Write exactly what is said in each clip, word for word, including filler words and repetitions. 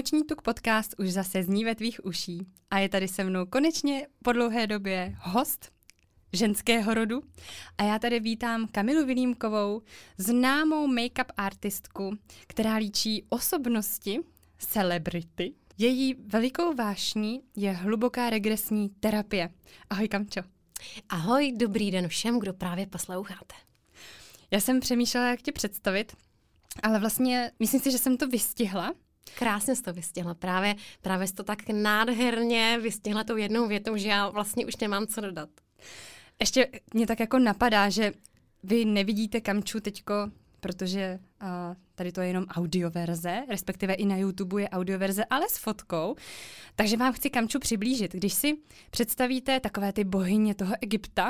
Emoční tuk podcast už zase zní ve tvých uší a je tady se mnou konečně po dlouhé době host ženského rodu a já tady vítám Kamilu Vilímkovou, známou make-up artistku, která líčí osobnosti, celebrity. Její velikou vášní je hluboká regresní terapie. Ahoj Kamčo. Ahoj, dobrý den všem, kdo právě posloucháte. Já jsem přemýšlela, jak tě představit, ale vlastně myslím si, že jsem to vystihla. Krásně jsi to vystihla, právě, právě jsi to tak nádherně vystihla tou jednou větou, že já vlastně už nemám co dodat. Ještě mě tak jako napadá, že vy nevidíte Kamču teďko, protože uh, tady to je jenom audioverze, respektive i na YouTube je audioverze, ale s fotkou. Takže vám chci Kamču přiblížit. Když si představíte takové ty bohyně toho Egypta,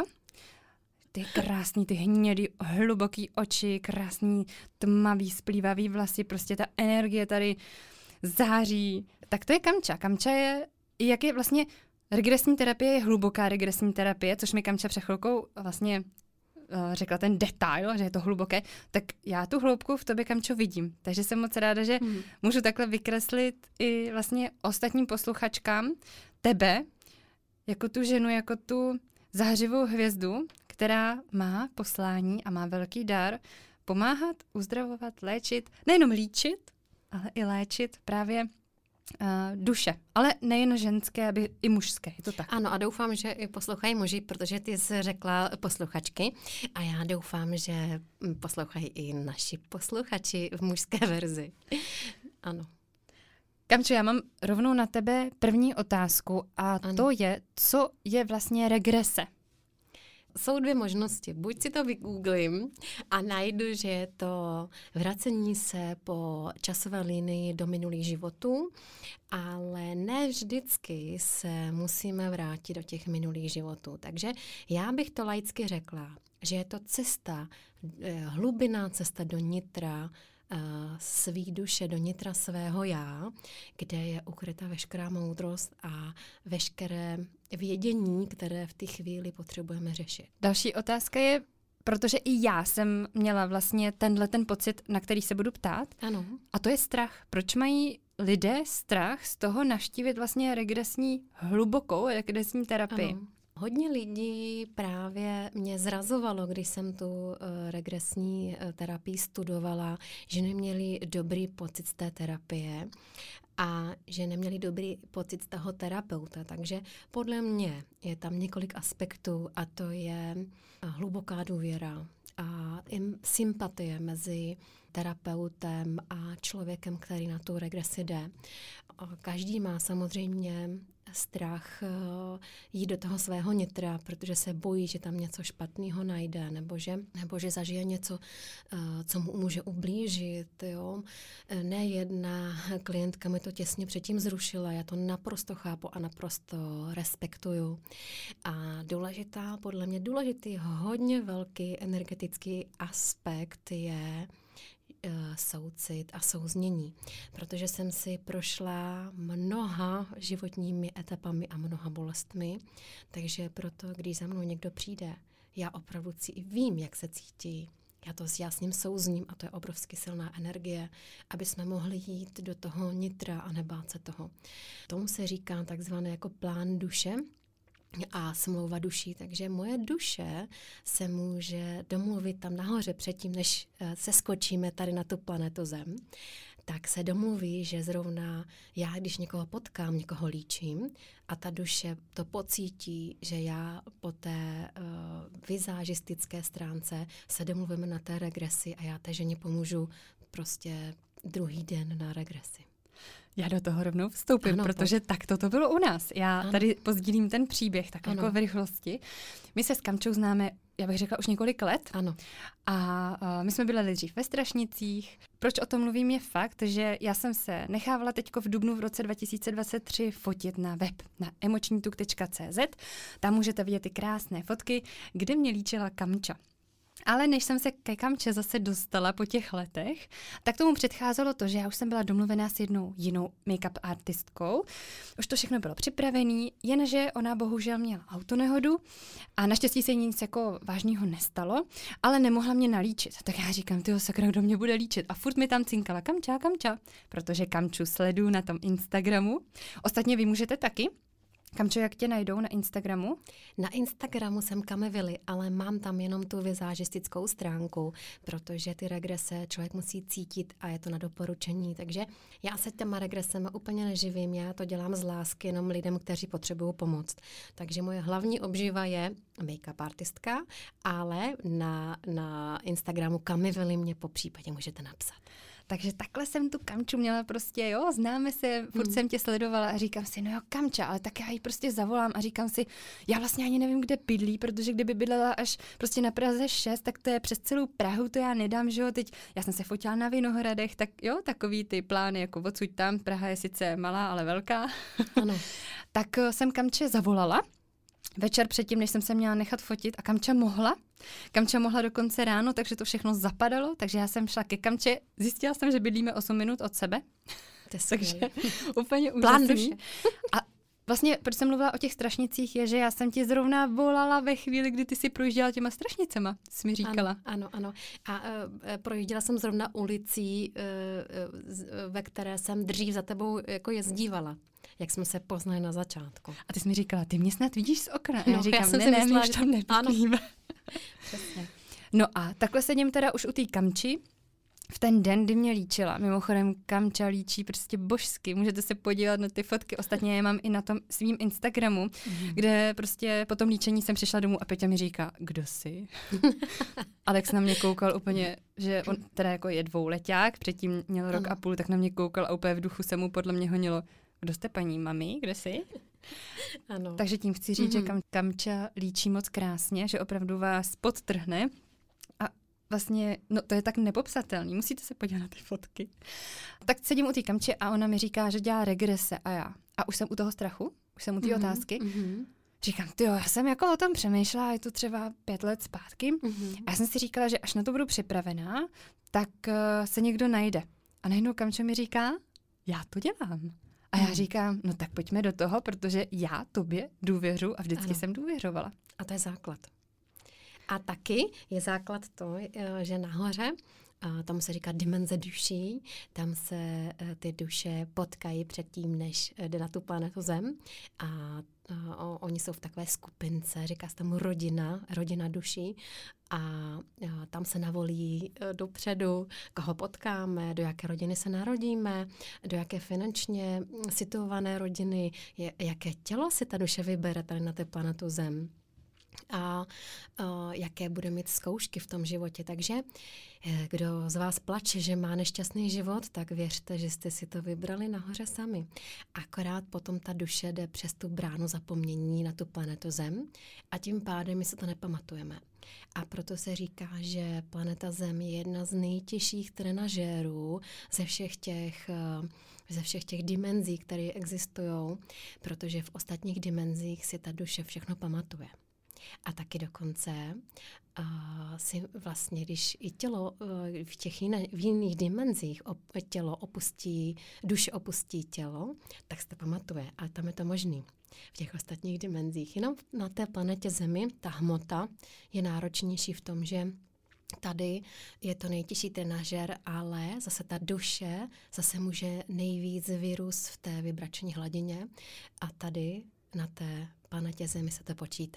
ty krásný, ty hnědý, hluboký oči, krásný, tmavý, splývavý vlasy, prostě ta energie tady září. Tak to je Kamča. Kamča je, jak je vlastně regresní terapie, je hluboká regresní terapie, což mi Kamča před chvilkou vlastně uh, řekla ten detail, že je to hluboké, tak já tu hloubku v tobě, Kamčo, vidím. Takže jsem moc ráda, že hmm. můžu takhle vykreslit i vlastně ostatním posluchačkám tebe, jako tu ženu, jako tu zářivou hvězdu, která má poslání a má velký dar pomáhat, uzdravovat, léčit, nejenom líčit, ale i léčit právě uh, duše. Ale nejen ženské, aby i mužské. Je to tak? Ano, a doufám, že i poslouchají muži, protože ty jsi řekla posluchačky a já doufám, že poslouchají i naši posluchači v mužské verzi. Ano. Kamčo, já mám rovnou na tebe první otázku a ano. To je, co je vlastně regrese? Jsou dvě možnosti. Buď si to vygooglím a najdu, že je to vracení se po časové linii do minulých životů, ale ne vždycky se musíme vrátit do těch minulých životů. Takže já bych to laicky řekla, že je to cesta, hlubinná cesta do nitra svý duše, do nitra svého já, kde je ukryta veškerá moudrost a veškeré vědění, které v té chvíli potřebujeme řešit. Další otázka je, protože i já jsem měla vlastně tenhle ten pocit, na který se budu ptát. Ano. A to je strach. Proč mají lidé strach z toho navštívit vlastně regresní, hlubokou regresní terapii? Ano. Hodně lidí právě mě zrazovalo, když jsem tu uh, regresní uh, terapii studovala, že neměli dobrý pocit z té terapie a že neměli dobrý pocit z toho terapeuta. Takže podle mě je tam několik aspektů a to je hluboká důvěra a sympatie mezi terapeutem a člověkem, který na tu regresi jde. Každý má samozřejmě strach jít do toho svého nitra, protože se bojí, že tam něco špatného najde, nebo že, nebo že zažije něco, co mu může ublížit. Jo. Ne jedna klientka mi to těsně předtím zrušila, já to naprosto chápu a naprosto respektuju. A důležitá, podle mě důležitý, hodně velký energetický aspekt je soucit a souznění, protože jsem si prošla mnoha životními etapami a mnoha bolestmi, takže proto, když za mnou někdo přijde, já opravdu vím, jak se cítí. Já to já s ním souzním a to je obrovsky silná energie, aby jsme mohli jít do toho nitra a nebát se toho. Tomu se říká takzvané jako plán duše a smlouva duší, takže moje duše se může domluvit tam nahoře předtím, než se skočíme tady na tu planetu Zem, tak se domluví, že zrovna já, když někoho potkám, někoho líčím a ta duše to pocítí, že já po té uh, vizážistické stránce se domluvíme na té regresi a já té ženě pomůžu prostě druhý den na regresi. Já do toho rovnou vstoupím, ano, protože to... tak to bylo u nás. Já ano. tady pozdílím ten příběh tak ano. jako v rychlosti. My se s Kamčou známe, já bych řekla, už několik let. Ano. A uh, my jsme byli dřív ve Strašnicích. Proč o tom mluvím je fakt, že já jsem se nechávala teďko v dubnu v roce dva tisíce dvacet tři fotit na web, na emoční tuk tečka cé zet. Tam můžete vidět ty krásné fotky, kde mě líčila Kamča. Ale než jsem se ke Kamče zase dostala po těch letech, tak tomu předcházelo to, že já už jsem byla domluvená s jednou jinou make-up artistkou. Už to všechno bylo připravené, jenže ona bohužel měla autonehodu a naštěstí se jí nic jako vážného nestalo, ale nemohla mě nalíčit. Tak já říkám, tyjo, sakra, kdo mě bude líčit? A furt mi tam cinkala Kamča, Kamča, protože Kamču sleduju na tom Instagramu. Ostatně vy můžete taky. Kamčo, jak tě najdou na Instagramu? Na Instagramu jsem Kamivili, ale mám tam jenom tu vizážistickou stránku, protože ty regrese člověk musí cítit a je to na doporučení. Takže já se těma regresema úplně neživím, já to dělám z lásky jenom lidem, kteří potřebují pomoct. Takže moje hlavní obživa je make-up artistka, ale na, na Instagramu Kamivili mě po případě můžete napsat. Takže takhle jsem tu Kamču měla prostě, jo, známe se, furt hmm. jsem tě sledovala a říkám si, no jo, Kamča, ale tak já ji prostě zavolám a říkám si, já vlastně ani nevím, kde bydlí, protože kdyby bydlela až prostě na Praze šest, tak to je přes celou Prahu, to já nedám, že jo, teď já jsem se fotila na Vinohradech, tak jo, takový ty plány, jako odsud tam, Praha je sice malá, ale velká. Ano. Tak jsem Kamče zavolala, večer předtím, než jsem se měla nechat fotit a Kamča mohla. Kamča mohla dokonce ráno, takže to všechno zapadalo, takže já jsem šla ke Kamče, zjistila jsem, že bydlíme osm minut od sebe. Takže úplně úžasný. A vlastně, proč jsem mluvila o těch strašnicích, je, že já jsem ti zrovna volala ve chvíli, kdy ty si projížděla těma strašnicema, jsi mi říkala. Ano, ano, ano. A uh, projížděla jsem zrovna ulicí, uh, uh, ve které jsem dřív za tebou jako jezdívala. Jak jsme se poznali na začátku. A ty jsi mi říkala, ty mě snad vidíš z okna. No, já říkám, já jsem ne, si ne, myslela, my už tam nebydlíme. Přesně. No a takhle sedím teda už u té Kamči. V ten den, kdy mě líčila, mimochodem Kamča líčí prostě božsky, můžete se podívat na ty fotky, ostatně je mám i na tom svým Instagramu, mm. kde prostě po tom líčení jsem přišla domů a Peťa mi říká, kdo jsi? Alex na mě koukal úplně, že on teda jako je dvouleťák, předtím měl rok ano. a půl, tak na mě koukal a úplně v duchu se mu podle mě honilo, kdo jste paní, mami, kde jsi? Ano. Takže tím chci říct, mm. že Kam, Kamča líčí moc krásně, že opravdu vás podtrhne. Vlastně, no to je tak nepopsatelný, musíte se podívat na ty fotky. Tak sedím u té Kamče a ona mi říká, že dělá regrese a já. A už jsem u toho strachu, už jsem u té mm-hmm, otázky. Mm-hmm. Říkám, tyjo, já jsem jako o tom přemýšlela, je to třeba pět let zpátky. Mm-hmm. A já jsem si říkala, že až na to budu připravená, tak uh, se někdo najde. A najednou Kamča mi říká, já to dělám. A já říkám, no tak pojďme do toho, protože já tobě důvěřu a vždycky ano. jsem důvěřovala. A to je základ. A taky je základ to, že nahoře, tam se říká dimenze duší, tam se ty duše potkají předtím, než jde na tu planetu Zem a, a oni jsou v takové skupince, říká se tam rodina, rodina duší a, a tam se navolí dopředu, koho potkáme, do jaké rodiny se narodíme, do jaké finančně situované rodiny, je, jaké tělo si ta duše vybere tady na té planetu Zem. A uh, jaké bude mít zkoušky v tom životě. Takže kdo z vás plače, že má nešťastný život, tak věřte, že jste si to vybrali nahoře sami. Akorát potom ta duše jde přes tu bránu zapomnění na tu planetu Zem a tím pádem my se to nepamatujeme. A proto se říká, že planeta Zem je jedna z nejtěžších trenažérů ze všech těch, ze všech těch dimenzí, které existují, protože v ostatních dimenzích si ta duše všechno pamatuje. A taky dokonce uh, si vlastně, když i tělo uh, v těch jiné, v jiných dimenzích op, tělo opustí, duše opustí tělo, tak se to pamatuje. A tam je to možný. V těch ostatních dimenzích. Jenom na té planetě Zemi ta hmota je náročnější v tom, že tady je to nejtěžší trenažér, ale zase ta duše zase může nejvíc vyrůst v té vibrační hladině a tady na té planetě Zemi se to počítá.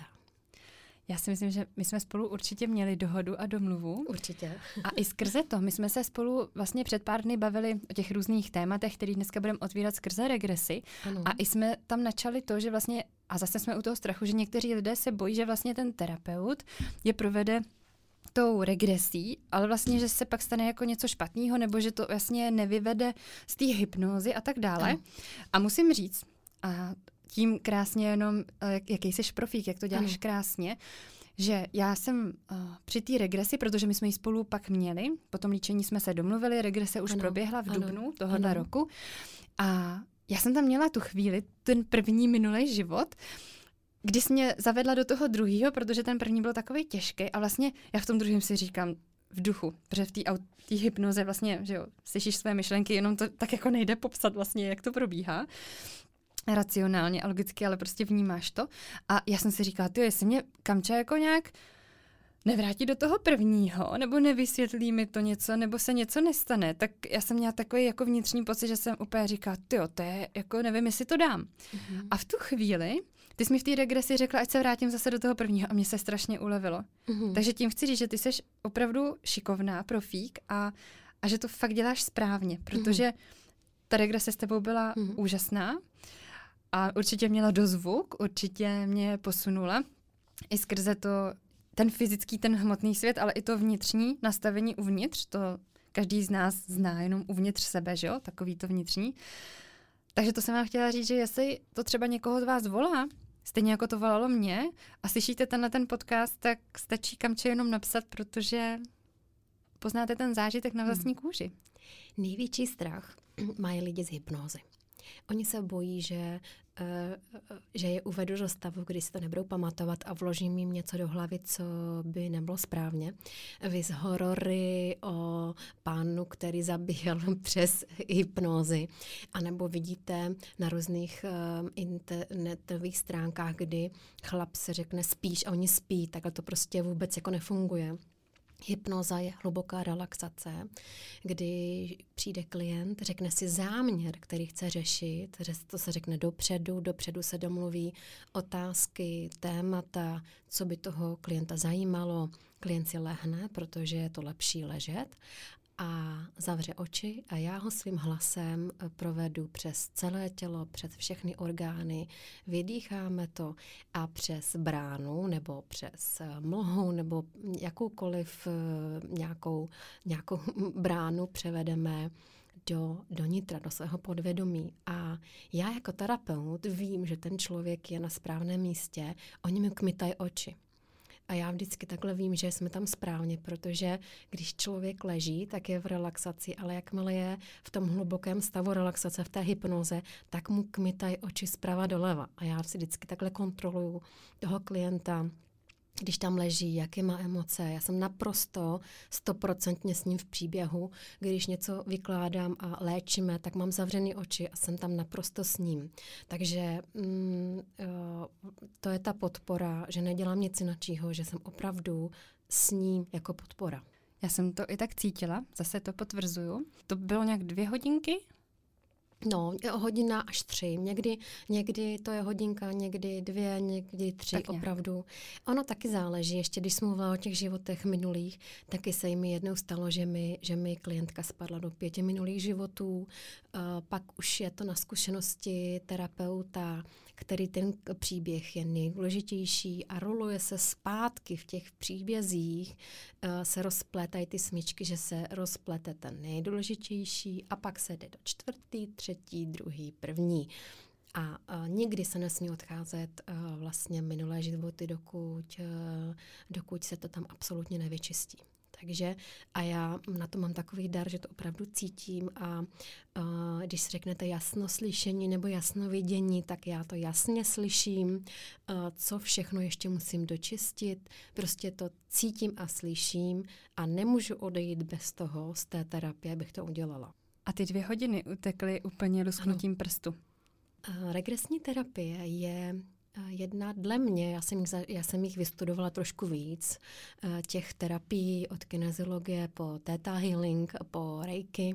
Já si myslím, že my jsme spolu určitě měli dohodu a domluvu. Určitě. A i skrze to, my jsme se spolu vlastně před pár dny bavili o těch různých tématech, které dneska budeme otvírat skrze regresy. Ano. A i jsme tam načali to, že vlastně, a zase jsme u toho strachu, že někteří lidé se bojí, že vlastně ten terapeut je provede tou regresí, ale vlastně, že se pak stane jako něco špatného, nebo že to vlastně nevyvede z té hypnózy a tak dále. Ano. A musím říct, a tím krásně jenom, jak, jaký jsi profík, jak to děláš ano. krásně, že já jsem uh, při té regresi, protože my jsme ji spolu pak měli, po tom líčení jsme se domluvili, regrese už ano. proběhla v dubnu tohoto roku a já jsem tam měla tu chvíli, ten první minulý život, když jsi mě zavedla do toho druhého, protože ten první byl takový těžký a vlastně já v tom druhém si říkám v duchu, protože v té aut- hypnoze vlastně, že jo, slyšíš své myšlenky, jenom to tak jako nejde popsat vlastně, jak to probíhá racionálně a logicky, ale prostě vnímáš to. A já jsem si říkala, ty, jestli mě Kamča jako nějak nevrátí do toho prvního, nebo nevysvětlí mi to něco, nebo se něco nestane, tak já jsem měla takový jako vnitřní pocit, že jsem úplně říkala, tyjo, to je, jako nevím, jestli to dám. Mm-hmm. A v tu chvíli, ty jsi mi v té regresi řekla, ať se vrátím zase do toho prvního a mě se strašně ulevilo. Mm-hmm. Takže tím chci říct, že ty jsi opravdu šikovná, profík a, a že to fakt děláš správně, protože ta regrese s tebou byla mm-hmm. úžasná a určitě měla dozvuk, určitě mě posunula i skrze to ten fyzický, ten hmotný svět, ale i to vnitřní nastavení uvnitř, to každý z nás zná jenom uvnitř sebe, že jo, takový to vnitřní. Takže to jsem vám chtěla říct, že jestli to třeba někoho z vás volá, stejně jako to volalo mě, a slyšíte tenhle ten podcast, tak stačí Kamče jenom napsat, protože poznáte ten zážitek na vlastní kůži. Největší strach mají lidi z hypnózy. Oni se bojí, že, uh, že je uvedu do stavu, kdy si to nebudou pamatovat a vložím jim něco do hlavy, co by nebylo správně. Vys horory o pánu, který zabíjel přes hypnózy. A nebo vidíte na různých uh, internetových stránkách, kdy chlap se řekne spíš a oni spí, takhle to prostě vůbec jako nefunguje. Hypnoza je hluboká relaxace, kdy přijde klient, řekne si záměr, který chce řešit, to se řekne dopředu, dopředu se domluví otázky, témata, co by toho klienta zajímalo. Klient si lehne, protože je to lepší ležet a zavře oči a já ho svým hlasem provedu přes celé tělo, přes všechny orgány, vydýcháme to a přes bránu nebo přes mlhu nebo jakoukoliv nějakou, nějakou bránu převedeme do, do nitra, do svého podvědomí. A já jako terapeut vím, že ten člověk je na správném místě, oni mi kmitají oči. A já vždycky takhle vím, že jsme tam správně, protože když člověk leží, tak je v relaxaci, ale jakmile je v tom hlubokém stavu relaxace, v té hypnoze, tak mu kmitají oči zprava doleva. A já si vždycky takhle kontroluju toho klienta, když tam leží, jaké má emoce. Já jsem naprosto stoprocentně s ním v příběhu. Když něco vykládám a léčíme, tak mám zavřený oči a jsem tam naprosto s ním. Takže mm, to je ta podpora, že nedělám nic jiného, že jsem opravdu s ním jako podpora. Já jsem to i tak cítila, zase to potvrzuju. To bylo nějak dvě hodinky? No, hodina až tři. Někdy, někdy to je hodinka, někdy dvě, někdy tři, tak opravdu. Ono taky záleží. Ještě když jsem mluvila o těch životech minulých, taky se mi jednou stalo, že mi, že mi klientka spadla do pěti minulých životů. Uh, pak už je to na zkušenosti terapeuta, který ten příběh je nejdůležitější a roluje se zpátky v těch příbězích, uh, se rozplétají ty smyčky, že se rozplete ten nejdůležitější a pak se jde do čtvrtý, třetí, druhý, první. A uh, nikdy se nesmí odcházet uh, vlastně minulé životy, dokud, uh, dokud se to tam absolutně nevyčistí. Takže a já na to mám takový dar, že to opravdu cítím a uh, když si řeknete jasnoslyšení nebo jasnovidění, tak já to jasně slyším, uh, co všechno ještě musím dočistit. Prostě to cítím a slyším a nemůžu odejít bez toho z té terapie, abych to udělala. A ty dvě hodiny utekly úplně lusknutím prstu. Uh, regresní terapie je jedna dle mě, já jsem, já jsem jich vystudovala trošku víc, těch terapií od kineziologie po theta healing, po reiki,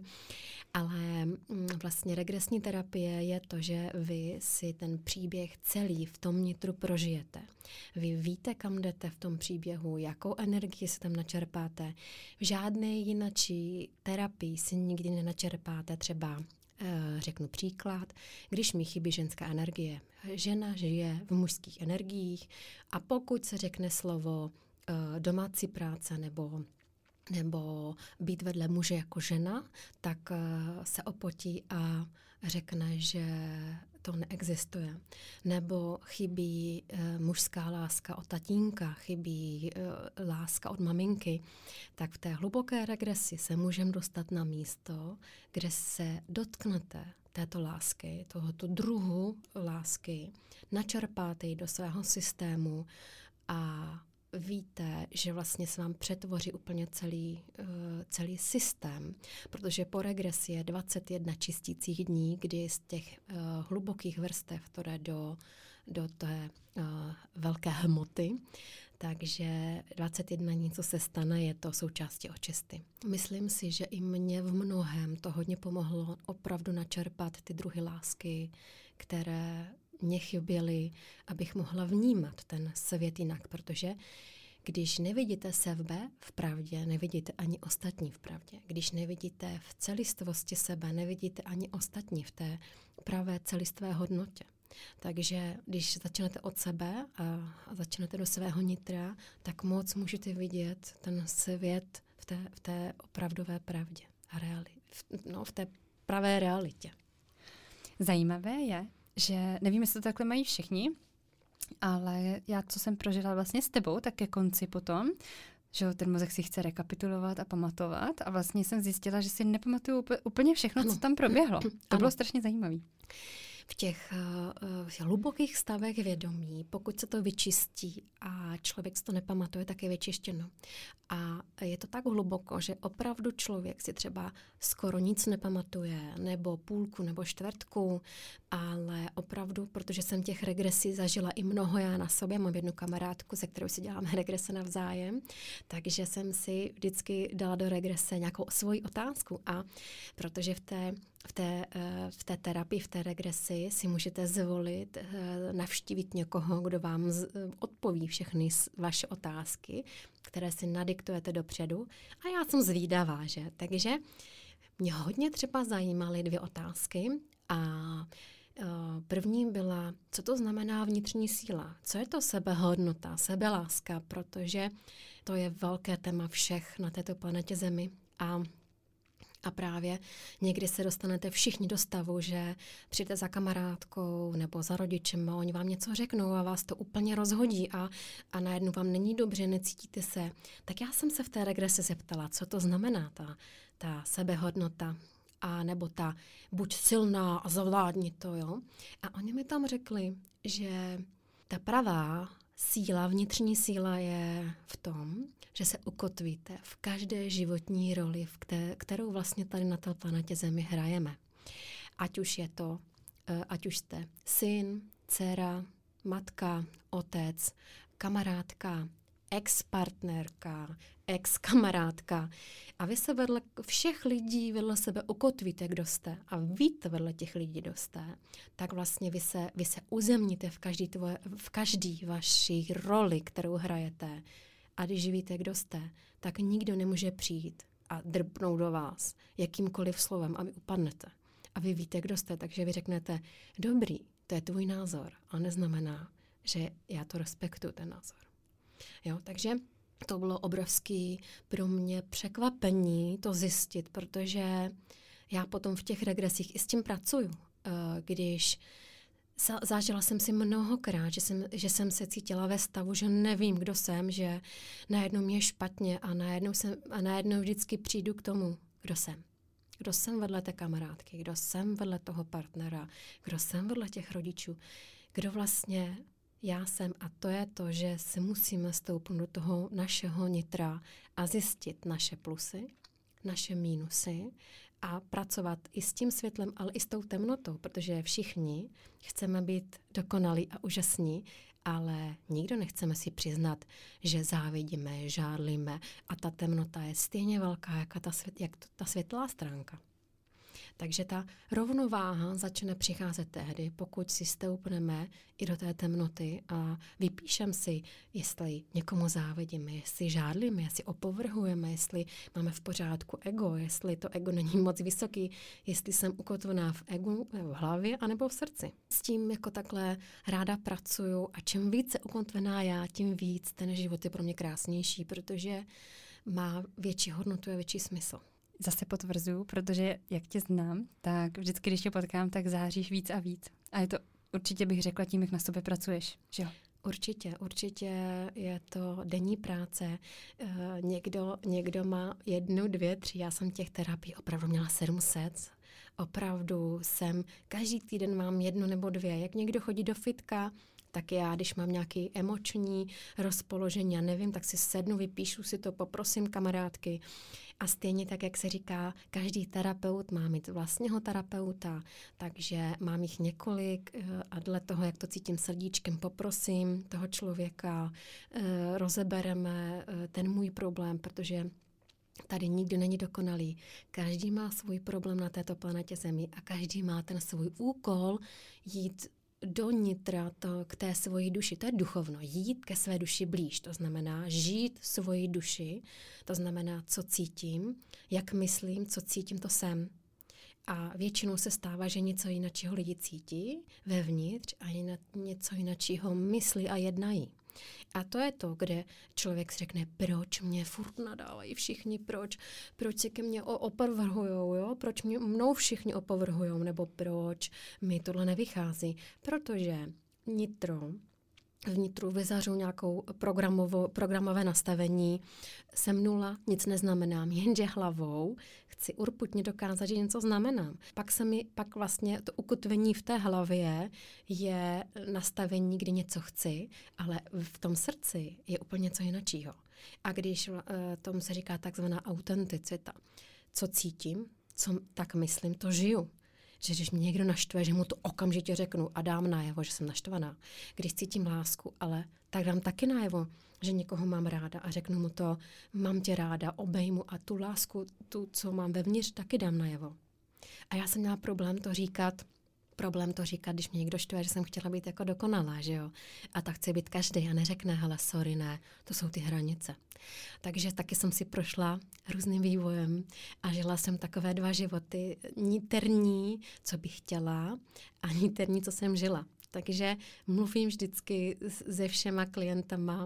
ale vlastně regresní terapie je to, že vy si ten příběh celý v tom nitru prožijete. Vy víte, kam jdete v tom příběhu, jakou energii si tam načerpáte. V žádné jinačí terapii si nikdy nenačerpáte třeba. Řeknu příklad, když mi chybí ženská energie. Žena žije v mužských energiích a pokud se řekne slovo domácí práce nebo, nebo být vedle muže jako žena, tak se opotí a řekne, že to neexistuje. Nebo chybí e, mužská láska od tatínka, chybí e, láska od maminky. Tak v té hluboké regresi se můžeme dostat na místo, kde se dotknete této lásky, tohoto druhu lásky, načerpáte ji do svého systému a víte, že vlastně se vám přetvoří úplně celý, uh, celý systém, protože po regresi je dvacet jedna čistících dní, kdy z těch uh, hlubokých vrstev to jde do, do té uh, velké hmoty, takže dvacet jedna dní, co se stane, je to součástí očisty. Myslím si, že i mě v mnohém to hodně pomohlo opravdu načerpat ty druhy lásky, které mě chyběly, abych mohla vnímat ten svět jinak, protože když nevidíte sebe v pravdě, nevidíte ani ostatní v pravdě. Když nevidíte v celistvosti sebe, nevidíte ani ostatní v té pravé celistvé hodnotě. Takže když začnete od sebe a, a začnete do svého nitra, tak moc můžete vidět ten svět v té, v té opravdové pravdě a reali, v, no, v té pravé realitě. Zajímavé je, že nevím, jestli to takhle mají všichni, ale já, co jsem prožila vlastně s tebou, tak ke konci potom, že ten mozek si chce rekapitulovat a pamatovat a vlastně jsem zjistila, že si nepamatuju úplně všechno, ano. co tam proběhlo. To ano. bylo strašně zajímavé. V těch uh, hlubokých stavech vědomí, pokud se to vyčistí a člověk si to nepamatuje, tak je vyčištěno. A je to tak hluboko, že opravdu člověk si třeba skoro nic nepamatuje, nebo půlku, nebo čtvrtku, ale opravdu, protože jsem těch regresí zažila i mnoho já na sobě, mám jednu kamarádku, se kterou si děláme regrese navzájem, takže jsem si vždycky dala do regrese nějakou svoji otázku a protože v té V té, v té terapii, v té regresi si můžete zvolit navštívit někoho, kdo vám odpoví všechny vaše otázky, které si nadiktujete dopředu. A já jsem zvídavá, že? Takže mě hodně třeba zajímaly dvě otázky a první byla, co to znamená vnitřní síla? Co je to sebehodnota, sebeláska? Protože to je velké téma všech na této planetě Zemi. A A právě někdy se dostanete všichni do stavu, že přijdete za kamarádkou nebo za rodičem a oni vám něco řeknou a vás to úplně rozhodí a, a najednou vám není dobře, necítíte se. Tak já jsem se v té regresi zeptala, co to znamená ta, ta sebehodnota a nebo ta buď silná a zavládni to, jo. A oni mi tam řekli, že ta pravá síla, vnitřní síla je v tom, že se ukotvíte v každé životní roli, v které, kterou vlastně tady na té planetě Zemi hrajeme. Ať už je to, ať už jste syn, dcera, matka, otec, kamarádka, ex-partnerka, ex-kamarádka. A vy se vedle všech lidí vedle sebe ukotvíte, kdo jste a víte vedle těch lidí, kdo jste, tak vlastně vy se, vy se uzemníte v každý, tvoje, v každý vaší roli, kterou hrajete. A když víte, kdo jste, tak nikdo nemůže přijít a drpnout do vás jakýmkoliv slovem a vy upadnete. A vy víte, kdo jste, takže vy řeknete, dobrý, to je tvůj názor, ale neznamená, že já to respektuju, ten názor. Jo, takže to bylo obrovský pro mě překvapení to zjistit, protože já potom v těch regresích i s tím pracuju. Když zažila jsem si mnohokrát, že jsem, že jsem se cítila ve stavu, že nevím, kdo jsem, že najednou mě je špatně a najednou, jsem, a najednou vždycky přijdu k tomu, kdo jsem. Kdo jsem vedle té kamarádky, kdo jsem vedle toho partnera, kdo jsem vedle těch rodičů, kdo vlastně já jsem. A to je to, že si musíme stoupnout do toho našeho nitra a zjistit naše plusy, naše mínusy a pracovat i s tím světlem, ale i s tou temnotou, protože všichni chceme být dokonalí a úžasní, ale nikdo nechceme si přiznat, že závidíme, žádlíme a ta temnota je stejně velká, jako ta, svět, jak ta světlá stránka. Takže ta rovnováha začne přicházet tehdy, pokud si stoupneme i do té temnoty a vypíšeme si, jestli někomu závidíme, jestli žádlíme, jestli opovrhujeme, jestli máme v pořádku ego, jestli to ego není moc vysoký, jestli jsem ukotvená v egu, v hlavě anebo v srdci. S tím jako takhle ráda pracuju a čím více ukotvená já, tím víc ten život je pro mě krásnější, protože má větší hodnotu a větší smysl. Zase potvrzuju, protože jak tě znám, tak vždycky, když tě potkám, tak záříš víc a víc. A je to určitě bych řekla tím, jak na sobě pracuješ, že jo? Určitě, určitě je to denní práce. E, někdo, někdo má jednu, dvě, tři, já jsem těch terapií opravdu měla sedm set Opravdu jsem, každý týden mám jedno nebo dvě. Jak někdo chodí do fitka, tak já, když mám nějaký emoční rozpoložení, já nevím, tak si sednu, vypíšu si to, poprosím kamarádky. A stejně tak, jak se říká, každý terapeut má mít vlastního terapeuta, takže mám jich několik a dle toho, jak to cítím srdíčkem, poprosím toho člověka, rozebereme ten můj problém, protože tady nikdo není dokonalý. Každý má svůj problém na této planetě Zemi a každý má ten svůj úkol jít do nitra to, k té svoji duši. To je duchovno. Jít ke své duši blíž. To znamená žít svoji duši. To znamená, co cítím, jak myslím, co cítím, to jsem. A většinou se stává, že něco jiného lidi cítí vevnitř a něco jiného myslí a jednají. A to je to, kde člověk si řekne, proč mě furt nadávají všichni, proč, proč se ke mně opovrhujou, jo? Proč mě, mnou všichni opovrhujou, nebo proč mi tohle nevychází. Protože nitro, vnitru vyzařu nějakou programové nastavení, jsem nula, nic neznamenám, jenže hlavou chci urputně dokázat, že něco znamenám. Pak se mi, pak vlastně to ukotvení v té hlavě je nastavení, kdy něco chci, ale v tom srdci je úplně něco jiného. A když uh, tomu se říká takzvaná autenticita, co cítím, co tak myslím, to žiju. Že když mě někdo naštve, že mu to okamžitě řeknu a dám najevo, že jsem naštvaná. Když cítím lásku, ale tak dám taky najevo, že někoho mám ráda a řeknu mu to, mám tě ráda, obejmu a tu lásku, tu, co mám vevnitř, taky dám najevo. A já jsem měla problém to říkat, problém to říkat, když mě někdo štve, že jsem chtěla být jako dokonalá, že jo. A tak chce být každý a neřekne, hele, sorry, ne, to jsou ty hranice. Takže taky jsem si prošla různým vývojem a žila jsem takové dva životy, niterní, co bych chtěla, a niterní, co jsem žila. Takže mluvím vždycky se všema klientama uh,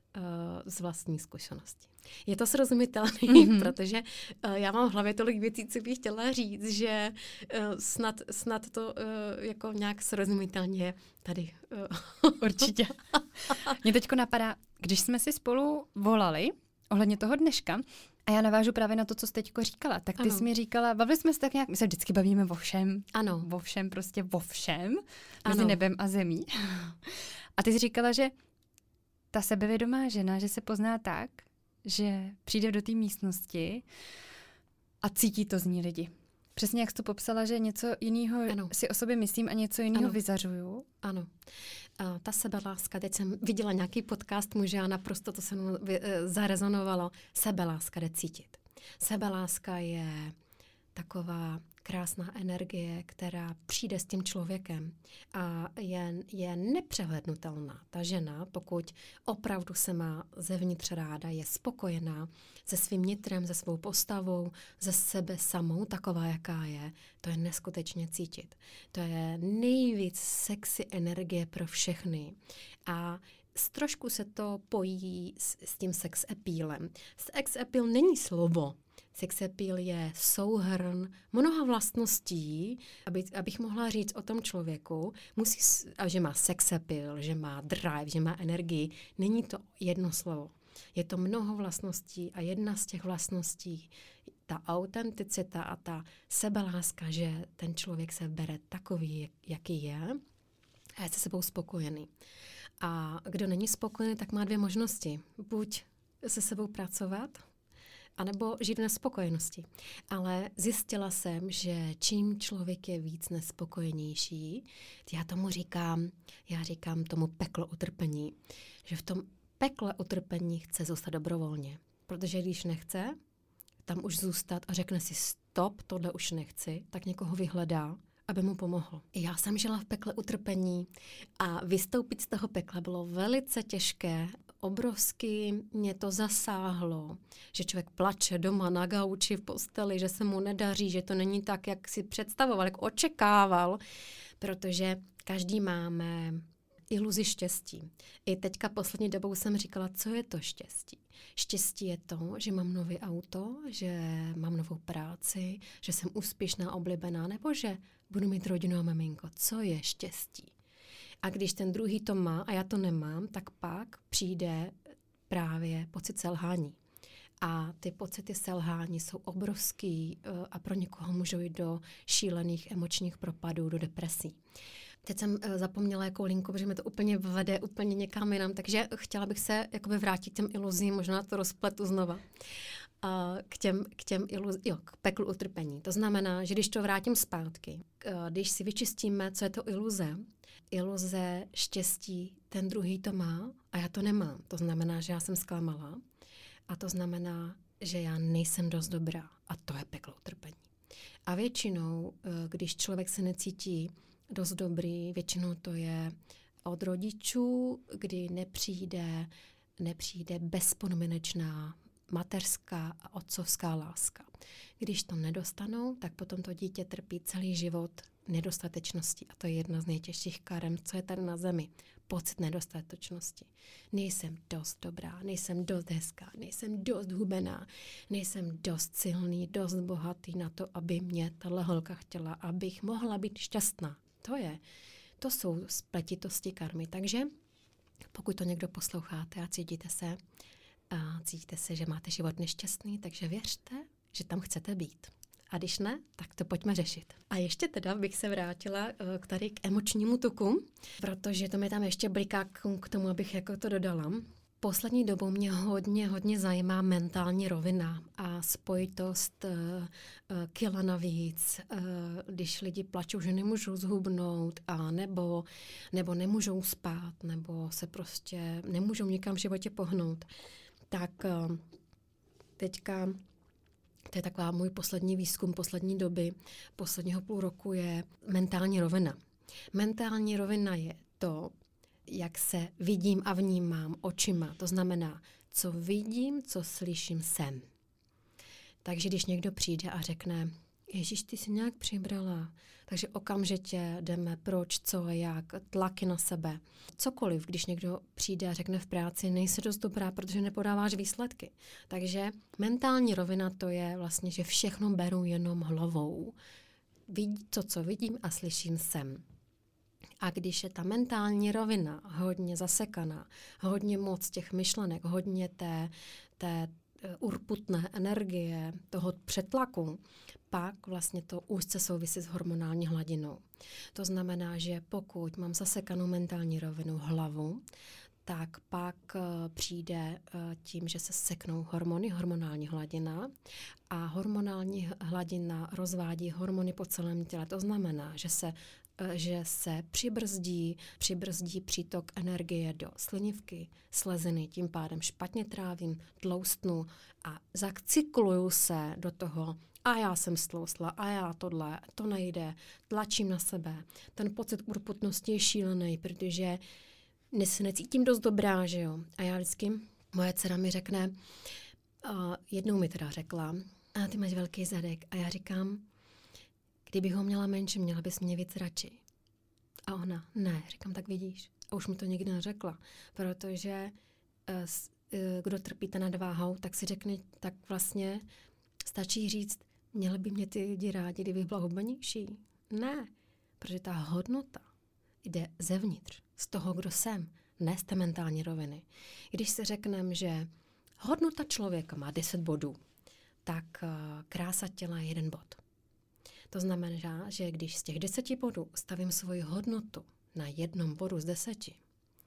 z vlastní zkušenosti. Je to srozumitelné, mm-hmm. protože uh, já mám v hlavě tolik věcí, co bych chtěla říct, že uh, snad, snad to uh, jako nějak srozumitelně tady. Uh. Určitě. Mě teďko napadá, když jsme si spolu volali ohledně toho dneška, a já navážu právě na to, co jsi teďko říkala, tak ty ano. jsi mi říkala, bavili jsme se tak nějak, my se vždycky bavíme o všem. Ano. O všem, prostě o všem, ano. mezi nebem a zemí. A ty jsi říkala, že ta sebevědomá žena, že se pozná tak, že přijde do té místnosti a cítí to z ní lidi. Přesně jak jsi to popsala, že něco jiného ano. si o sobě myslím a něco jiného vyzařuju. Ano. A ta sebeláska, teď jsem viděla nějaký podcast muže a naprosto to se mnou zarezonovalo. Sebeláska jde cítit. Sebeláska je taková krásná energie, která přijde s tím člověkem a je, je nepřehlednutelná. Ta žena, pokud opravdu se má zevnitř ráda, je spokojená se svým nitrem, se svou postavou, ze sebe samou, taková, jaká je, to je neskutečně cítit. To je nejvíc sexy energie pro všechny. A z trošku se to pojí s, s tím sex appealem. Sex appeal není slovo. Sex appeal je souhrn mnoha vlastností, aby, abych mohla říct o tom člověku, musí, že má sex appeal, že má drive, že má energii. Není to jedno slovo. Je to mnoho vlastností a jedna z těch vlastností, ta autenticita a ta sebeláska, že ten člověk se bere takový, jaký je a je se sebou spokojený. A kdo není spokojený, tak má dvě možnosti. Buď se sebou pracovat, anebo žít v nespokojenosti. Ale zjistila jsem, že čím člověk je víc nespokojenější, já tomu říkám, já říkám tomu peklo utrpení, že v tom pekle utrpení chce zůstat dobrovolně. Protože když nechce tam už zůstat a řekne si stop, tohle už nechci, tak někoho vyhledá, aby mu pomohl. Já jsem žila v pekle utrpení a vystoupit z toho pekla bylo velice těžké. Obrovsky mě to zasáhlo, že člověk plače doma na gauči v posteli, že se mu nedaří, že to není tak, jak si představoval, jak očekával, protože každý máme iluzi štěstí. I teďka poslední dobou jsem říkala, co je to štěstí. Štěstí je to, že mám nové auto, že mám novou práci, že jsem úspěšná, oblíbená, nebo že budu mít rodinu a maminko. Co je štěstí? A když ten druhý to má a já to nemám, tak pak přijde právě pocit selhání. A ty pocity selhání jsou obrovský a pro někoho můžou jít do šílených emočních propadů, do depresí. Teď jsem zapomněla jakou linku, protože mi to úplně vede úplně někam jinam, takže chtěla bych se jakoby vrátit k těm iluzím, možná to rozpletu znova. K těm, k těm iluz, jo, k peklu utrpení. To znamená, že když to vrátím zpátky, když si vyčistíme, co je to iluze, iluze štěstí, ten druhý to má a já to nemám. To znamená, že já jsem zklamala a to znamená, že já nejsem dost dobrá a to je peklo utrpení. A většinou, když člověk se necítí dost dobrý, většinou to je od rodičů, kdy nepřijde, nepřijde bezpodmínečná mateřská a otcovská láska. Když to nedostanou, tak potom to dítě trpí celý život nedostatečnosti. A to je jedna z nejtěžších karem, co je tady na zemi. Pocit nedostatečnosti. Nejsem dost dobrá, nejsem dost hezká, nejsem dost hubená, nejsem dost silný, dost bohatý na to, aby mě tahle holka chtěla, abych mohla být šťastná. To je, to jsou spletitosti karmy. Takže pokud to někdo posloucháte a cítíte se, a cítíte se, že máte život nešťastný, takže věřte, že tam chcete být. A když ne, tak to pojďme řešit. A ještě teda bych se vrátila uh, k tady k emočnímu tuku, protože to mi tam ještě bliká k, k tomu, abych jako to dodala. Poslední dobou mě hodně, hodně zajímá mentální rovina a spojitost uh, uh, kila navíc, uh, když lidi plačou, že nemůžou zhubnout a nebo, nebo nemůžou spát, nebo se prostě nemůžou nikam v životě pohnout. Tak uh, teďka, to je taková můj poslední výzkum poslední doby, posledního půl roku je mentální rovina. Mentální rovina je to, jak se vidím a vnímám očima. To znamená, co vidím, co slyším jsem. Takže když někdo přijde a řekne, Ježíš, ty jsi nějak přibrala, takže okamžitě jdeme proč, co, jak, tlaky na sebe. Cokoliv, když někdo přijde a řekne v práci, nejsi dost dobrá, protože nepodáváš výsledky. Takže mentální rovina to je vlastně, že všechno beru jenom hlavou. Vidí to, co vidím a slyším jsem. A když je ta mentální rovina hodně zasekaná, hodně moc těch myšlenek, hodně té, té urputné energie, toho přetlaku, pak vlastně to úzce souvisí s hormonální hladinou. To znamená, že pokud mám zasekanou mentální rovinu hlavu, tak pak uh, přijde uh, tím, že se seknou hormony, hormonální hladina a hormonální hladina rozvádí hormony po celém těle. To znamená, že se že se přibrzdí, přibrzdí přítok energie do slinivky, sleziny, tím pádem špatně trávím, tloustnu a zacykluju se do toho, a já jsem stloustla, a já tohle, to nejde, tlačím na sebe. Ten pocit urputnosti je šílený, protože se necítím dost dobrá, že jo. A já vždycky, moje dcera mi řekne, uh, jednou mi teda řekla, a ty máš velký zadek, a já říkám, kdybych ho měla menší, měla bys mě víc radši. A ona, ne, říkám, tak vidíš. A už mi to nikdy neřekla, protože uh, uh, kdo trpíte nadváhou, tak si řekne, tak vlastně stačí říct, měly by mě ty lidi rádi, kdybych byla hubenější. Ne, protože ta hodnota jde zevnitř, z toho, kdo jsem, ne z té mentální roviny. Když si řekneme, že hodnota člověka má deset bodů, tak uh, krása těla je jeden bod. To znamená, že když z těch deseti bodů stavím svoji hodnotu na jednom bodu z deseti,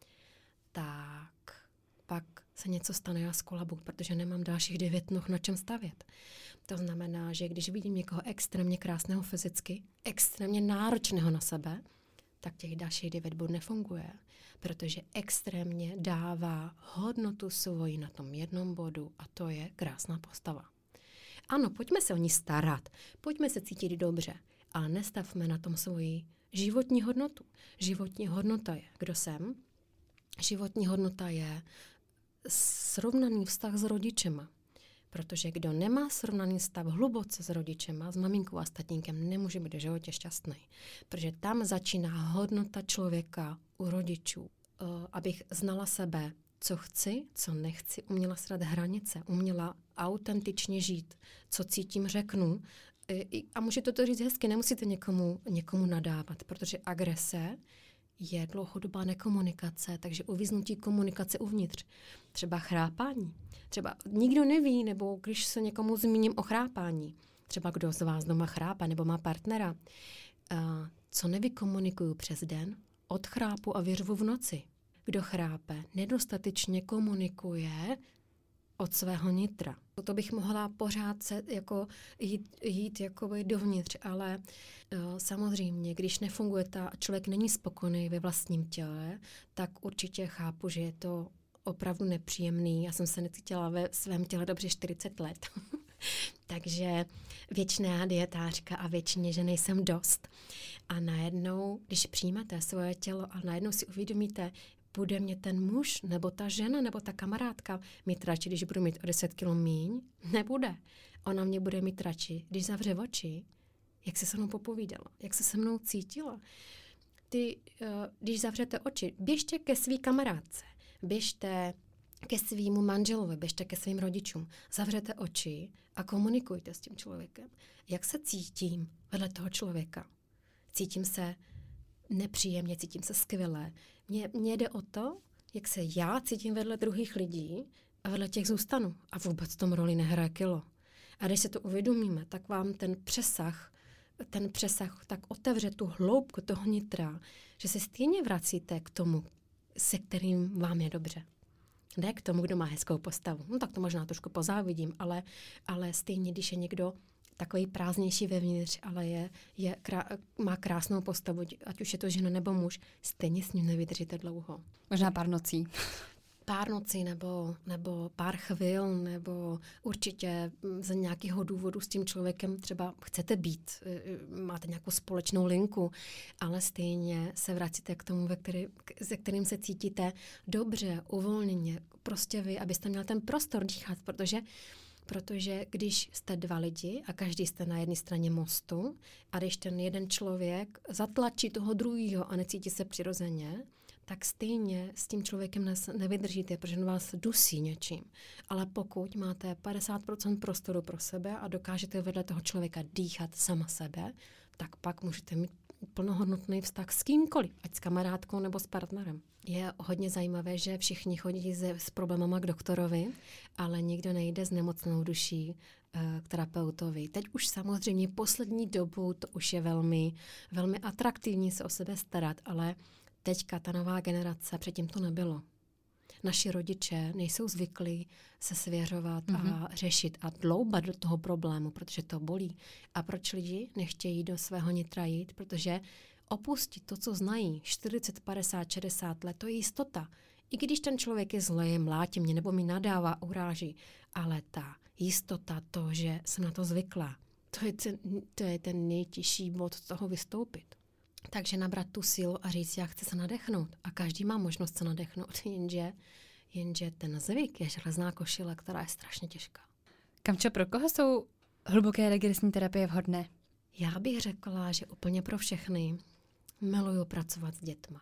tak pak se něco stane, já skolabu, protože nemám dalších devět noh na čem stavět. To znamená, že když vidím někoho extrémně krásného fyzicky, extrémně náročného na sebe, tak těch dalších devět bodů nefunguje, protože extrémně dává hodnotu svoji na tom jednom bodu a to je krásná postava. Ano, pojďme se o ní starat, pojďme se cítit dobře, ale nestavme na tom svoji životní hodnotu. Životní hodnota je, kdo jsem. Životní hodnota je srovnaný vztah s rodičema. Protože kdo nemá srovnaný vztah hluboce s rodičema, s maminkou a s tatínkem, nemůže být v životě šťastný. Protože tam začíná hodnota člověka u rodičů. Uh, abych znala sebe, co chci, co nechci, uměla si dát hranice, uměla autentičně žít, co cítím, řeknu. A můžete to říct hezky, nemusíte někomu, někomu nadávat, protože agrese je dlouhodobá nekomunikace, takže uvíznutí komunikace uvnitř. Třeba chrápání. Třeba nikdo neví, nebo když se někomu zmíním o chrápání, třeba kdo z vás doma chrápe nebo má partnera, uh, co nevykomunikuju přes den, odchrápu a vyřvu v noci. Kdo chrápe, nedostatečně komunikuje od svého nitra. To bych mohla pořád se jako jít, jít jakoby dovnitř, ale uh, samozřejmě, když nefunguje ta, člověk není spokojený ve vlastním těle, tak určitě chápu, že je to opravdu nepříjemný. Já jsem se necítila ve svém těle dobře čtyřicet let. Takže věčná dietářka a většině, že nejsem dost. A najednou, když přijmete svoje tělo a najednou si uvědomíte, bude mě ten muž, nebo ta žena, nebo ta kamarádka mít radši, když budu mít o deset kilo míň? Nebude. Ona mě bude mít radši, když zavře oči, jak se se mnou popovídala, jak se se mnou cítila. Ty, když zavřete oči, běžte ke svý kamarádce, běžte ke svýmu manželovi, běžte ke svým rodičům, zavřete oči a komunikujte s tím člověkem. Jak se cítím vedle toho člověka? Cítím se nepříjemně, cítím se skvěle. Mně, mně jde o to, jak se já cítím vedle druhých lidí a vedle těch zůstanu. A vůbec tom roli nehraje kilo. A když se to uvědomíme, tak vám ten přesah, ten přesah tak otevře tu hloubku toho nitra, že se stejně vracíte k tomu, se kterým vám je dobře. Ne k tomu, kdo má hezkou postavu. No tak to možná trošku pozávidím, ale, ale stejně, když je někdo takový prázdnější vevnitř, ale je, je krá, má krásnou postavu, ať už je to žena nebo muž, stejně s ním nevydržíte dlouho. Možná pár nocí. Pár nocí nebo, nebo pár chvil, nebo určitě z nějakého důvodu s tím člověkem třeba chcete být, máte nějakou společnou linku, ale stejně se vracíte k tomu, ve který, se kterým se cítíte dobře, uvolněně, prostě vy, abyste měl ten prostor dýchat, protože Protože když jste dva lidi a každý jste na jedné straně mostu a když ten jeden člověk zatlačí toho druhého a necítí se přirozeně, tak stejně s tím člověkem nevydržíte, protože vás dusí něčím. Ale pokud máte padesát procent prostoru pro sebe a dokážete vedle toho člověka dýchat sama sebe, tak pak můžete mít plnohodnotný vztah s kýmkoliv, ať s kamarádkou nebo s partnerem. Je hodně zajímavé, že všichni chodí se, s problémama k doktorovi, ale nikdo nejde s nemocnou duší uh, k terapeutovi. Teď už samozřejmě poslední dobu to už je velmi, velmi atraktivní se o sebe starat, ale teďka ta nová generace, předtím to nebylo. Naši rodiče nejsou zvyklí se svěřovat mm-hmm. a řešit a dloubat do toho problému, protože to bolí. A proč lidi nechtějí do svého nitra jít? Protože opustit to, co znají, čtyřicet, padesát, šedesát let, to je jistota. I když ten člověk je zlej, mlátí mě nebo mi nadává, uráží, ale ta jistota, to, že jsem na to zvykla, to je ten, to je ten nejtěžší bod toho vystoupit. Takže nabrat tu sílu a říct, já chci se nadechnout. A každý má možnost se nadechnout, jenže, jenže ten zvyk je železná košile, která je strašně těžká. Kamčo, pro koho jsou hluboké regresní terapie vhodné? Já bych řekla, že úplně pro všechny. Miluju pracovat s dětma.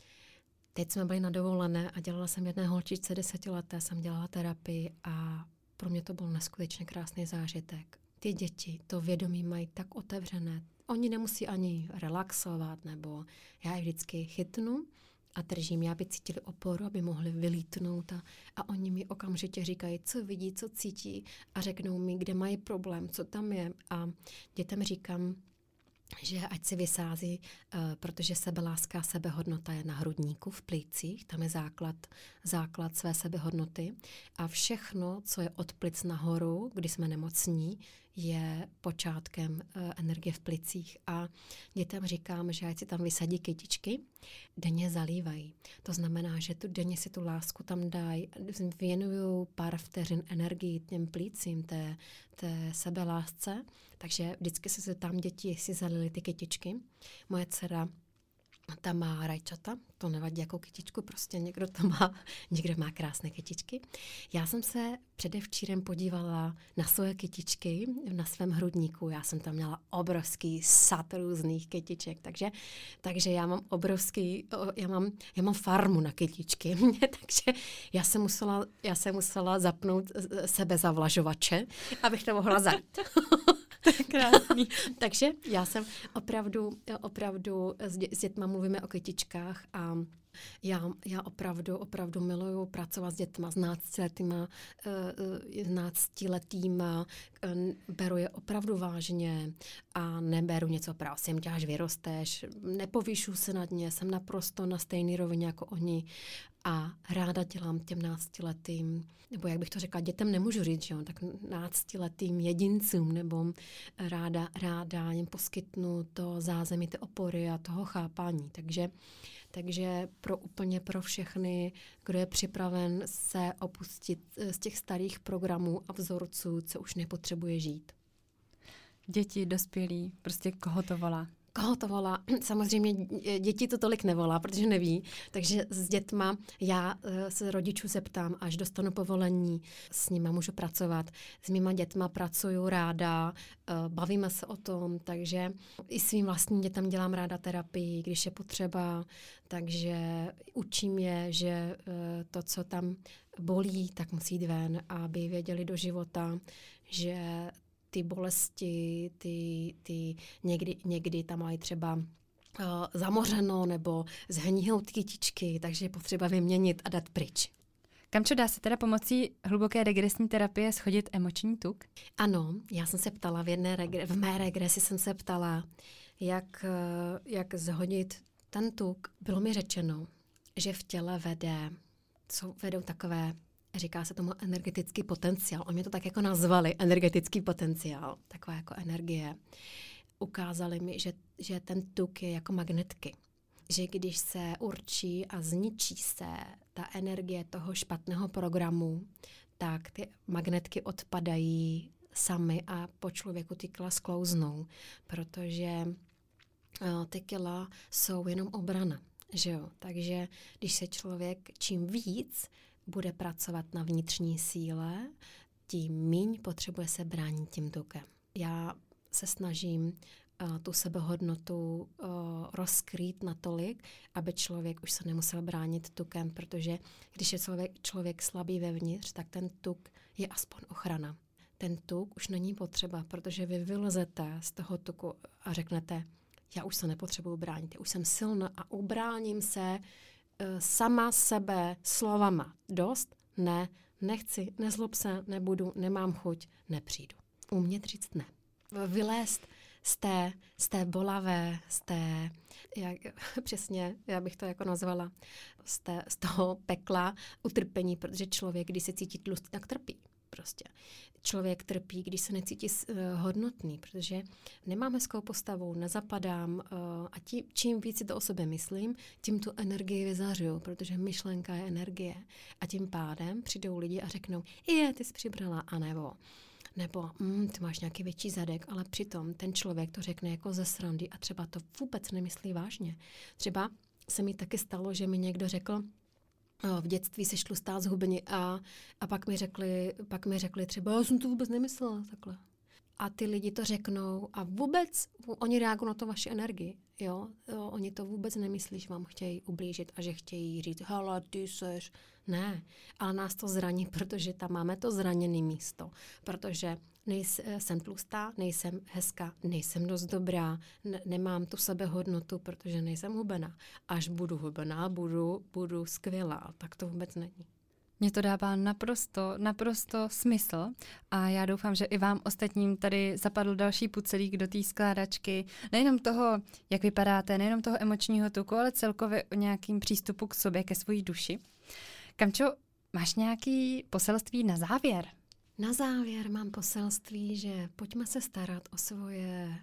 Teď jsme byli na dovolené a dělala jsem jedné holčičce desetileté, jsem dělala terapii a pro mě to byl neskutečně krásný zážitek. Ty děti to vědomí mají tak otevřené, oni nemusí ani relaxovat, nebo já je vždycky chytnu a držím, aby cítili oporu, aby mohli vylítnout a, a oni mi okamžitě říkají, co vidí, co cítí a řeknou mi, kde mají problém, co tam je a dětem říkám, že ať si vysází, uh, protože sebeláska a sebehodnota je na hrudníku, v plících, tam je základ, základ své sebehodnoty a všechno, co je od plic nahoru, kdy jsme nemocní, je počátkem uh, energie v plicích a dětem říkám, že ať si tam vysadí kytičky, denně zalívají. To znamená, že tu denně si tu lásku tam dají, věnují pár vteřin energii těm plícím, té, té sebelásce, takže vždycky se se tam děti, jestli zalili ty kytičky. Moje dcera ta má rajčata, to nevadí jakou kytičku, prostě někdo to má, někdo má krásné kytičky. Já jsem se předevčírem podívala na svoje kytičky na svém hrudníku, já jsem tam měla obrovský sad různých kytiček, takže, takže já mám obrovský, já mám, já mám farmu na kytičky, takže já jsem musela, já jsem musela zapnout sebezavlažovače, abych to mohla zajít. To je krásný. Takže já jsem opravdu, opravdu s, dě, s dětma mluvíme o kytičkách a já, já opravdu, opravdu miluju pracovat s dětma, s náctiletýma, s náctiletýma, beru je opravdu vážně a neberu něco, prosím tě, až vyrosteš, nepovýšu se nad ně, jsem naprosto na stejný rovině jako oni a ráda dělám těm náctiletým, nebo jak bych to řekla, dětem nemůžu říct, že jo, tak náctiletým jedincům, nebo ráda, ráda jim poskytnu to zázemí, ty opory a toho chápání, takže Takže pro úplně pro všechny, kdo je připraven se opustit z těch starých programů a vzorců, co už nepotřebuje žít. Děti, dospělí, prostě koho to volá? Koho to volá? Samozřejmě děti to tolik nevolá, protože neví. Takže s dětma já se rodičů zeptám, až dostanu povolení, s nima můžu pracovat. S mýma dětma pracuju ráda, bavíme se o tom, takže i svým vlastním dětem dělám ráda terapii, když je potřeba. Takže učím je, že to, co tam bolí, tak musí jít ven, aby věděli do života, že ty bolesti, ty, ty někdy, někdy tam mají třeba uh, zamořeno nebo zhníhnou ty kytičky, takže je potřeba vyměnit a dát pryč. Kamčo, dá se teda pomocí hluboké regresní terapie schodit emoční tuk? Ano, já jsem se ptala v jedné regre- v mé regresi jsem se ptala, jak, jak zhodit ten tuk. Bylo mi řečeno, že v těle vede, co vedou takové, říká se tomu energetický potenciál. Oni to tak jako nazvali, energetický potenciál, taková jako energie. Ukázali mi, že, že ten tuk je jako magnetky. Že když se určí a zničí se ta energie toho špatného programu, tak ty magnetky odpadají samy a po člověku ty kila sklouznou, protože uh, ty kila jsou jenom obrana. Že jo? Takže když se člověk čím víc bude pracovat na vnitřní síle, tím míň potřebuje se bránit tím tukem. Já se snažím uh, tu sebehodnotu uh, rozkrýt natolik, aby člověk už se nemusel bránit tukem, protože když je člověk, člověk slabý vevnitř, tak ten tuk je aspoň ochrana. Ten tuk už není potřeba, protože vy vylezete z toho tuku a řeknete, já už se nepotřebuji bránit, já už jsem silná a ubráním se sama sebe slovama. Dost? Ne, nechci, nezlob se, nebudu, nemám chuť, nepřijdu. Umět říct ne. Vylézt z té, z té bolavé, z té, jak, přesně, já bych to jako nazvala, z, té, z toho pekla utrpení, protože člověk, když se cítí tlustý, tak trpí. Prostě. Člověk trpí, když se necítí uh, hodnotný, protože nemám hezkou postavu, nezapadám uh, a tí, čím víc si to o sobě myslím, tím tu energii vyzařuju, protože myšlenka je energie. A tím pádem přijdou lidi a řeknou, je, ty jsi přibrala, anebo, nebo mm, ty máš nějaký větší zadek, ale přitom ten člověk to řekne jako ze srandy a třeba to vůbec nemyslí vážně. Třeba se mi taky stalo, že mi někdo řekl, v dětství se šlu stát z hubiny a, a pak, mi řekli, pak mi řekli třeba, já jsem to vůbec nemyslela takhle. A ty lidi to řeknou a vůbec, oni reagují na to vaši energii, jo? jo? Oni to vůbec nemyslí, že vám chtějí ublížit a že chtějí říct, hele, ty seš. Ne, ale nás to zraní, protože tam máme to zraněné místo, protože nejsem, jsem tlustá, nejsem hezká, nejsem dost dobrá, ne, nemám tu sebehodnotu, protože nejsem hubená. Až budu hubená, budu, budu skvělá, tak to vůbec není. Mně to dává naprosto, naprosto smysl a já doufám, že i vám ostatním tady zapadl další pucelík do té skládačky. Nejenom toho, jak vypadáte, nejenom toho emočního tuku, ale celkově o nějakým přístupu k sobě, ke své duši. Kamčo, máš nějaký poselství na závěr? Na závěr mám poselství, že pojďme se starat o svoje,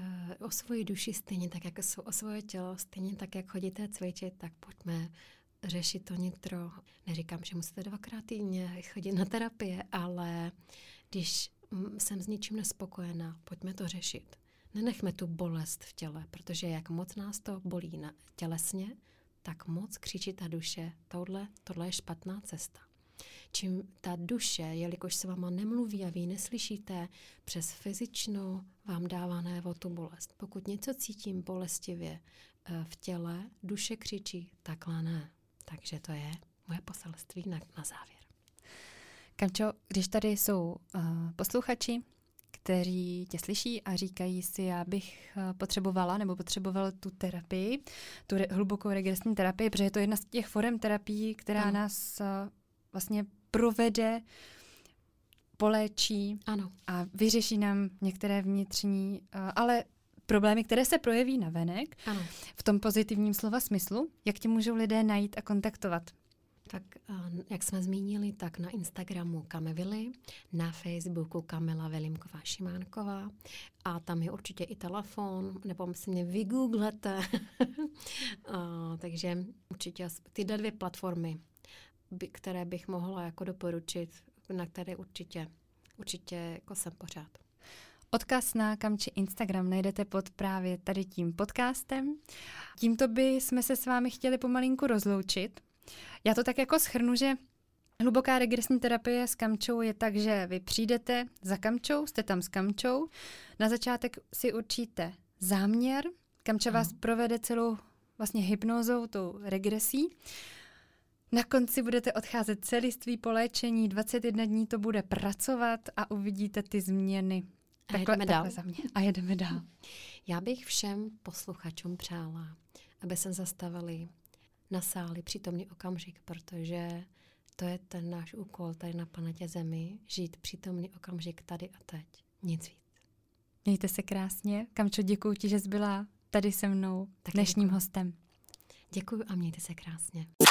o svoji duši stejně tak, jako o svoje tělo, stejně tak, jak chodíte cvičit, tak pojďme řešit to nitro. Neříkám, že musíte dvakrát týdně chodit na terapie, ale když jsem s ničím nespokojená, pojďme to řešit. Nenechme tu bolest v těle, protože jak moc nás to bolí na tělesně, tak moc křičí ta duše, tohle, tohle je špatná cesta. Čím ta duše, jelikož se váma nemluví a vy ji neslyšíte, přes fyzično vám dává najevo tu bolest. Pokud něco cítím bolestivě v těle, duše křičí, takhle ne. Takže to je moje poselství na, na závěr. Kamčo, když tady jsou uh, posluchači, kteří tě slyší a říkají si, já bych potřebovala nebo potřebovala tu terapii, tu re- hlubokou regresní terapii, protože je to jedna z těch forem terapií, která ano. nás uh, vlastně provede, poléčí ano. a vyřeší nám některé vnitřní, uh, ale problémy, které se projeví navenek, ano. v tom pozitivním slova smyslu, jak tě můžou lidé najít a kontaktovat? Tak jak jsme zmínili, tak na Instagramu Kamevily, na Facebooku Kamila Vilímková Šimánková a tam je určitě i telefon, nebo si mě vygooglete. Takže určitě ty dvě platformy, by, které bych mohla jako doporučit, na které určitě, určitě jako jsem pořád. Odkaz na Kamči Instagram najdete pod právě tady tím podcastem. Tímto by jsme se s vámi chtěli pomalinku rozloučit. Já to tak jako shrnu, že hluboká regresní terapie s Kamčou je tak, že vy přijdete za Kamčou, jste tam s Kamčou, na začátek si určíte záměr, Kamča vás provede celou vlastně hypnózou, tou regresí. Na konci budete odcházet celiství po léčení, dvacet jedna dní to bude pracovat a uvidíte ty změny. A takhle, jedeme takhle dál. za mě. A jedeme dál. Já bych všem posluchačům přála, aby se zastavili, nasáli přítomný okamžik, protože to je ten náš úkol tady na planetě Zemi, žít přítomný okamžik tady a teď. Nic víc. Mějte se krásně. Kamčo, děkuji ti, že jsi byla tady se mnou, Tak dnešním děkuji. hostem. Děkuji a mějte se krásně.